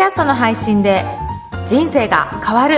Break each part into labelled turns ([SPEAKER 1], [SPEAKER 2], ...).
[SPEAKER 1] キャストの配信で人生が変わる。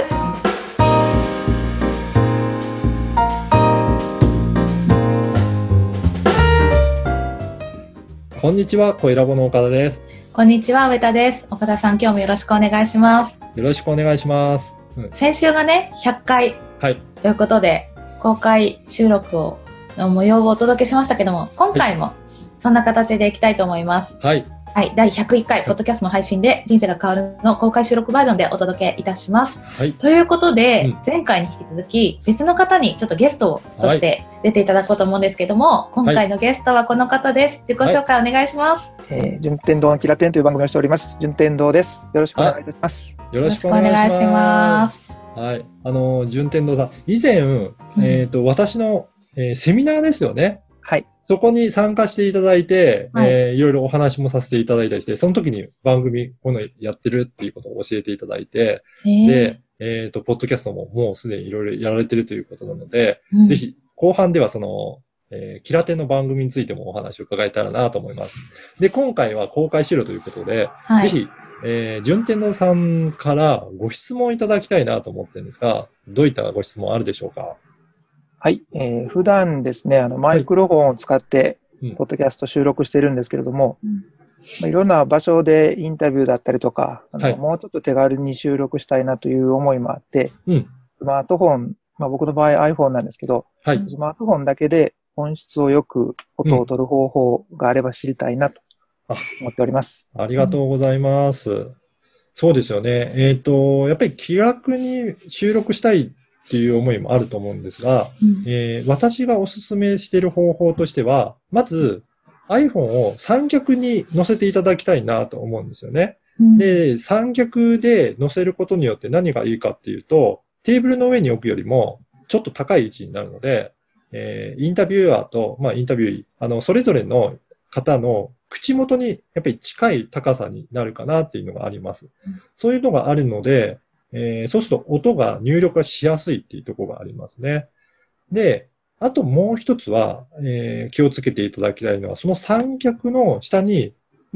[SPEAKER 2] こんにちは、声ラボの岡田です。
[SPEAKER 3] こんにちは、上田です。岡田さん、今日もよろしくお願いします。
[SPEAKER 2] よろしくお願いします。
[SPEAKER 3] 先週がね、100回ということで、公開収録の模様をお届けしましたけども、今回もそんな形でいきたいと思います。
[SPEAKER 2] はい。
[SPEAKER 3] はい、第101回、ポッドキャストの配信で人生が変わるの公開収録バージョンでお届けいたします。
[SPEAKER 2] はい。
[SPEAKER 3] ということで、前回に引き続き、別の方にちょっとゲストとして出ていただこうと思うんですけども、今回のゲストはこの方です。自己紹介お願いします。
[SPEAKER 4] 順天堂のキラテンという番組をしております。順天堂です。よろしくお願いいたします。
[SPEAKER 2] よろしくお願いします。はい。順天堂さん、以前、私の、セミナーですよね。
[SPEAKER 4] はい。
[SPEAKER 2] そこに参加していただいて、いろいろお話もさせていただいたりして、その時に番組、このやってるっていうことを教えていただいて、で、ポッドキャストももうすでにいろいろやられてるということなので、ぜひ、後半ではその、キラテンの番組についてもお話を伺えたらなと思います。で、今回は公開収録ということで、ぜひ、順天堂さんからご質問いただきたいなと思ってるんですが、どういったご質問あるでしょうか？
[SPEAKER 4] はい。普段ですね、マイクロフォンを使って、ポッドキャスト収録してるんですけれども、いろんな場所でインタビューだったりとか、もうちょっと手軽に収録したいなという思いもあって、スマートフォン、僕の場合 iPhone なんですけど、スマートフォンだけで音質をよく音を取る方法があれば知りたいなと思っております。
[SPEAKER 2] ありがとうございます。そうですよね。やっぱり気楽に収録したいっていう思いもあると思うんですが、私がおすすめしている方法としては、まず iPhone を三脚に載せていただきたいなと思うんですよね。で、三脚で載せることによって何がいいかっていうと、テーブルの上に置くよりもちょっと高い位置になるので、インタビュアーと、インタビュー、それぞれの方の口元にやっぱり近い高さになるかなっていうのがあります。そういうのがあるので、そうすると音が入力がしやすいっていうところがありますね。で、あともう一つは、気をつけていただきたいのは、その三脚の下に、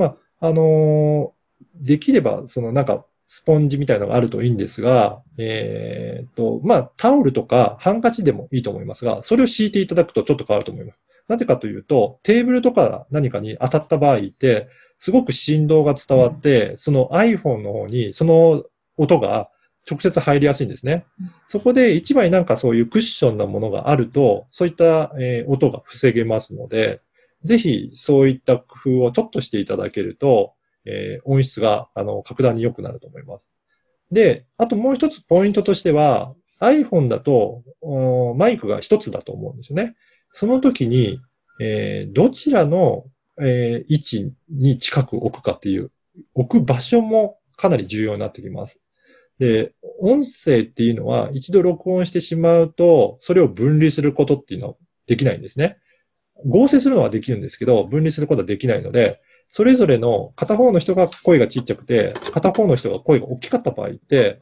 [SPEAKER 2] できれば、スポンジみたいなのがあるといいんですが、タオルとかハンカチでもいいと思いますが、それを敷いていただくとちょっと変わると思います。なぜかというと、テーブルとか何かに当たった場合って、すごく振動が伝わって、その iPhone の方にその音が直接入りやすいんですね。そこで一枚そういうクッションなものがあると、そういった、音が防げますので、ぜひそういった工夫をちょっとしていただけると、音質が格段に良くなると思います。で、あともう一つポイントとしては、iPhone だとマイクが一つだと思うんですよね。その時に、どちらの、位置に近く置くかっていう、置く場所もかなり重要になってきます。で、音声っていうのは一度録音してしまうと、それを分離することっていうのはできないんですね。合成するのはできるんですけど、分離することはできないので、それぞれの片方の人が声がちっちゃくて、片方の人が声が大きかった場合って、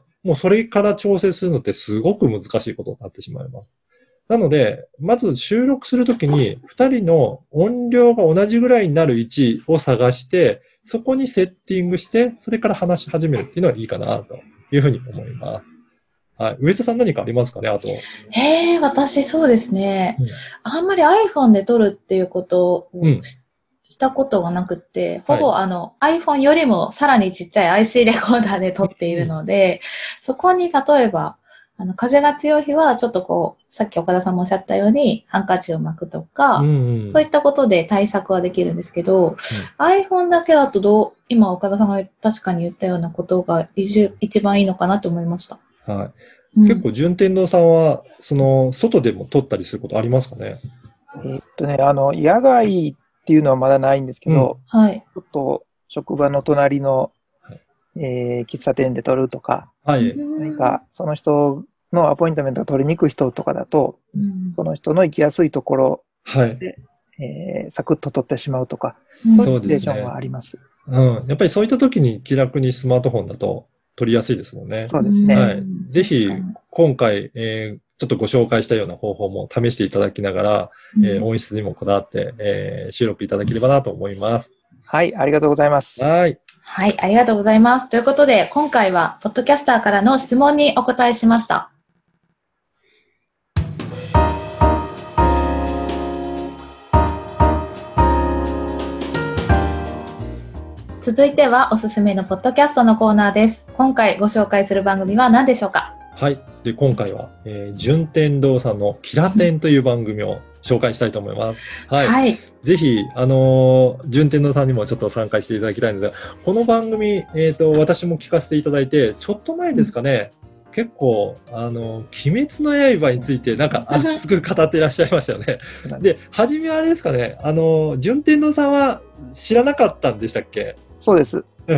[SPEAKER 2] もうそれから調整するのってすごく難しいことになってしまいます。なので、まず収録するときに、二人の音量が同じぐらいになる位置を探して、そこにセッティングして、それから話し始めるっていうのがいいかな、というふうに思います。はい。上田さん何かありますかね、あと。
[SPEAKER 3] 私そうですね。あんまり iPhone で撮るっていうことをしたことがなくて、ほぼiPhone よりもさらにちっちゃい IC レコーダーで撮っているので、そこに例えば、風が強い日はちょっとさっき岡田さんもおっしゃったようにハンカチを巻くとか、そういったことで対策はできるんですけど、iPhone だけだと今岡田さんが確かに言ったようなことが一番いいのかなと思いました。
[SPEAKER 2] はい。結構順天堂さんは、外でも撮ったりすることありますかね？
[SPEAKER 4] 野外っていうのはまだないんですけど、ちょっと職場の隣の、喫茶店で撮るとか、何かその人のアポイントメントが取りに行く人とかだと、その人の行きやすいところで、サクッと撮ってしまうとか、そういうシチュエーションはあります。
[SPEAKER 2] やっぱりそういった時に気楽にスマートフォンだと撮りやすいですもんね。
[SPEAKER 4] そうですね。
[SPEAKER 2] はい。ぜひ、今回、ちょっとご紹介したような方法も試していただきながら、音質にもこだわって、収録いただければなと思います。
[SPEAKER 4] はい、ありがとうございます。
[SPEAKER 2] はい。
[SPEAKER 3] はい、ありがとうございます。ということで、今回は、ポッドキャスターからの質問にお答えしました。続いては、おすすめのポッドキャストのコーナーです。今回ご紹介する番組は何でしょうか？
[SPEAKER 2] はい。で、今回は、順天堂さんのキラテンという番組を紹介したいと思います。はい。はい、ぜひ、順天堂さんにもちょっと参加していただきたいんですが、この番組、私も聞かせていただいて、ちょっと前ですかね、結構、鬼滅の刃についてなんか熱く語っていらっしゃいましたよね。で、初めはあれですかね、順天堂さんは知らなかったんでしたっけ？
[SPEAKER 4] そうです。うん。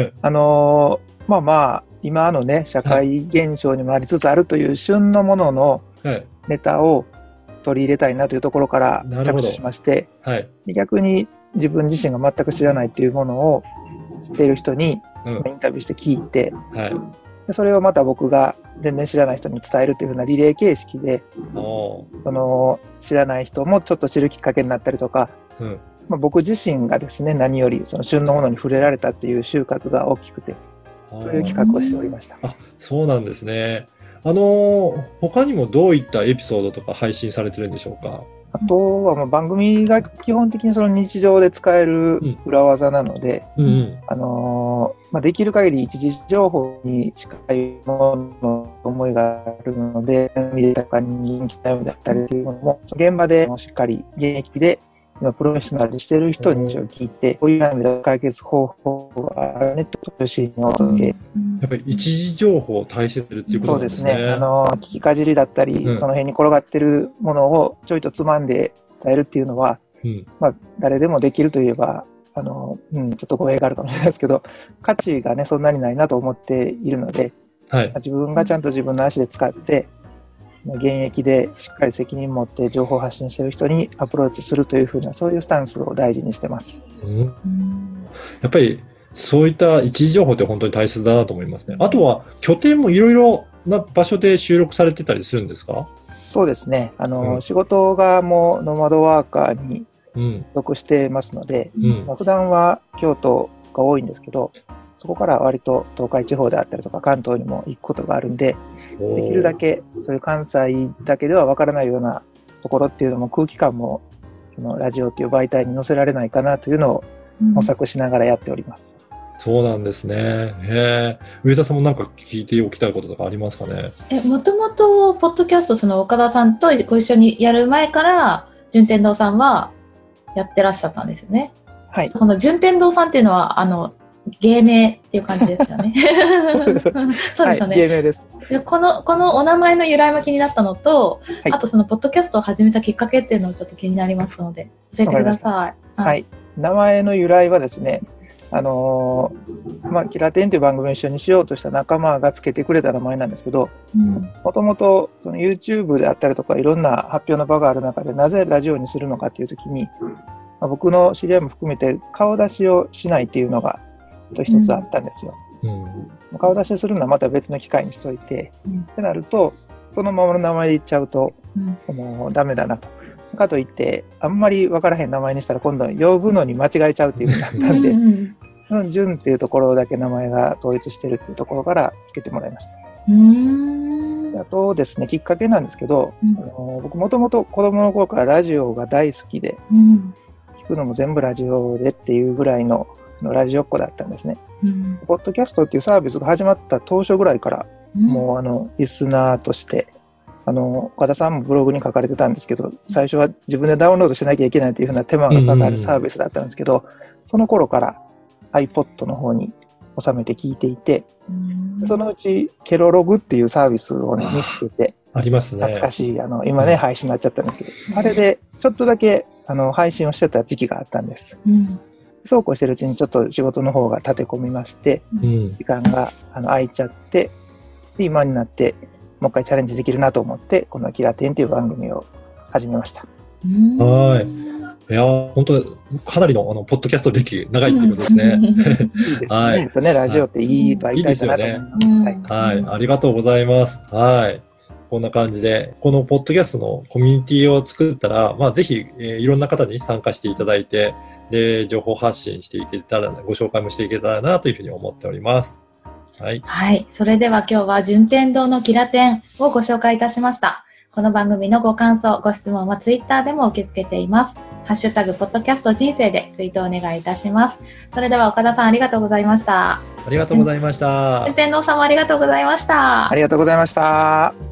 [SPEAKER 4] 今のね、社会現象にもなりつつあるという旬のもののネタを取り入れたいなというところから着手しまして、はい、逆に自分自身が全く知らないというものを知っている人にインタビューして聞いて、はい、でそれをまた僕が全然知らない人に伝えるというふうなリレー形式で、知らない人もちょっと知るきっかけになったりとか、僕自身がですね、何よりその旬のものに触れられたっていう収穫が大きくて、そういう企画をしておりました。
[SPEAKER 2] そうなんですね。他にもどういったエピソードとか配信されてるんでしょうか？
[SPEAKER 4] あとは番組が基本的にその日常で使える裏技なので、できる限り一時情報に近いものの思いがあるので、見れたか人気タイムだったりというものも、現場でしっかり現役で今プロフェッショナルしてる人に聞いて、こういう悩みの解決方法があるねという指示を届け、
[SPEAKER 2] やっぱり一時情報を大切っていうことなんですね。
[SPEAKER 4] そうですね。聞きかじりだったり、その辺に転がってるものをちょいとつまんで伝えるっていうのは、誰でもできるといえば、ちょっと語弊があるかもしれないですけど、価値がね、そんなにないなと思っているので、自分がちゃんと自分の足で使って、現役でしっかり責任を持って情報発信している人にアプローチするというふうな、そういうスタンスを大事にしてます。
[SPEAKER 2] やっぱりそういった一時情報って本当に大切だなと思いますね。あとは拠点もいろいろな場所で収録されてたりするんですか？
[SPEAKER 4] そうですね。仕事がもうノマドワーカーに属してますので、普段は京都が多いんですけど、そこから割と東海地方であったりとか関東にも行くことがあるんで、できるだけそういう関西だけではわからないようなところっていうのも空気感もそのラジオっていう媒体に載せられないかなというのを模索しながらやっております。
[SPEAKER 2] そうなんですね。上田さんもなんか聞いておきたいこととかありますかね？
[SPEAKER 3] もともとポッドキャストその岡田さんとご一緒にやる前から順天堂さんはやってらっしゃったんですよね。はい。この順天堂さんっていうのは芸名っていう感じですよね。
[SPEAKER 4] そうですね。はい、芸名です。
[SPEAKER 3] このお名前の由来も気になったのと、あとそのポッドキャストを始めたきっかけっていうのをちょっと気になりますので、教えてください。
[SPEAKER 4] はい。名前の由来はですね、キラテンという番組を一緒にしようとした仲間がつけてくれた名前なんですけど、もともと YouTube であったりとかいろんな発表の場がある中で、なぜラジオにするのかっていうときに、僕の知り合いも含めて顔出しをしないっていうのが一つあったんですよ。顔出しするのはまた別の機会にしといて、ってなるとそのままの名前で言っちゃうと、ダメだなと。かといってあんまり分からへん名前にしたら今度呼ぶのに間違えちゃうっていう風になったんで、その順っていうところだけ名前が統一してるっていうところからつけてもらいました。あとですね、きっかけなんですけど、僕もともと子供の頃からラジオが大好きで、聞くのも全部ラジオでっていうぐらいのラジオっ子だったんですね。ポッドキャストっていうサービスが始まった当初ぐらいから、もうリスナーとして、岡田さんもブログに書かれてたんですけど、最初は自分でダウンロードしなきゃいけないというふうな手間がかかるサービスだったんですけど、その頃から iPod の方に収めて聞いていて、そのうちケロログっていうサービスをね、見つけて、
[SPEAKER 2] ありますね。
[SPEAKER 4] 懐かしい、今ね、配信になっちゃったんですけど、あれでちょっとだけ配信をしてた時期があったんです。そうこうしてるうちにちょっと仕事の方が立て込みまして、時間が空いちゃって、で今になってもう一回チャレンジできるなと思って、このキラテンという番組を始めました。
[SPEAKER 2] はい。いや本当かなりのポッドキャスト歴長いっていうことですね。
[SPEAKER 4] いいですね。ラジオっていい媒体だなと思います。
[SPEAKER 2] はい。ありがとうございます。はい。こんな感じで、このポッドキャストのコミュニティを作ったら、ぜひ、いろんな方に参加していただいて、 で、情報発信していけたら、ご紹介もしていけたらなというふうに思っております。はい。
[SPEAKER 3] はい。それでは今日は順天堂のキラテンをご紹介いたしました。この番組のご感想、ご質問はツイッターでも受け付けています。ハッシュタグ、ポッドキャスト人生でツイートお願いいたします。それでは岡田さんありがとうございました。
[SPEAKER 2] ありがとうございました。
[SPEAKER 3] 順天堂さんもありがとうございました。
[SPEAKER 4] ありがとうございました。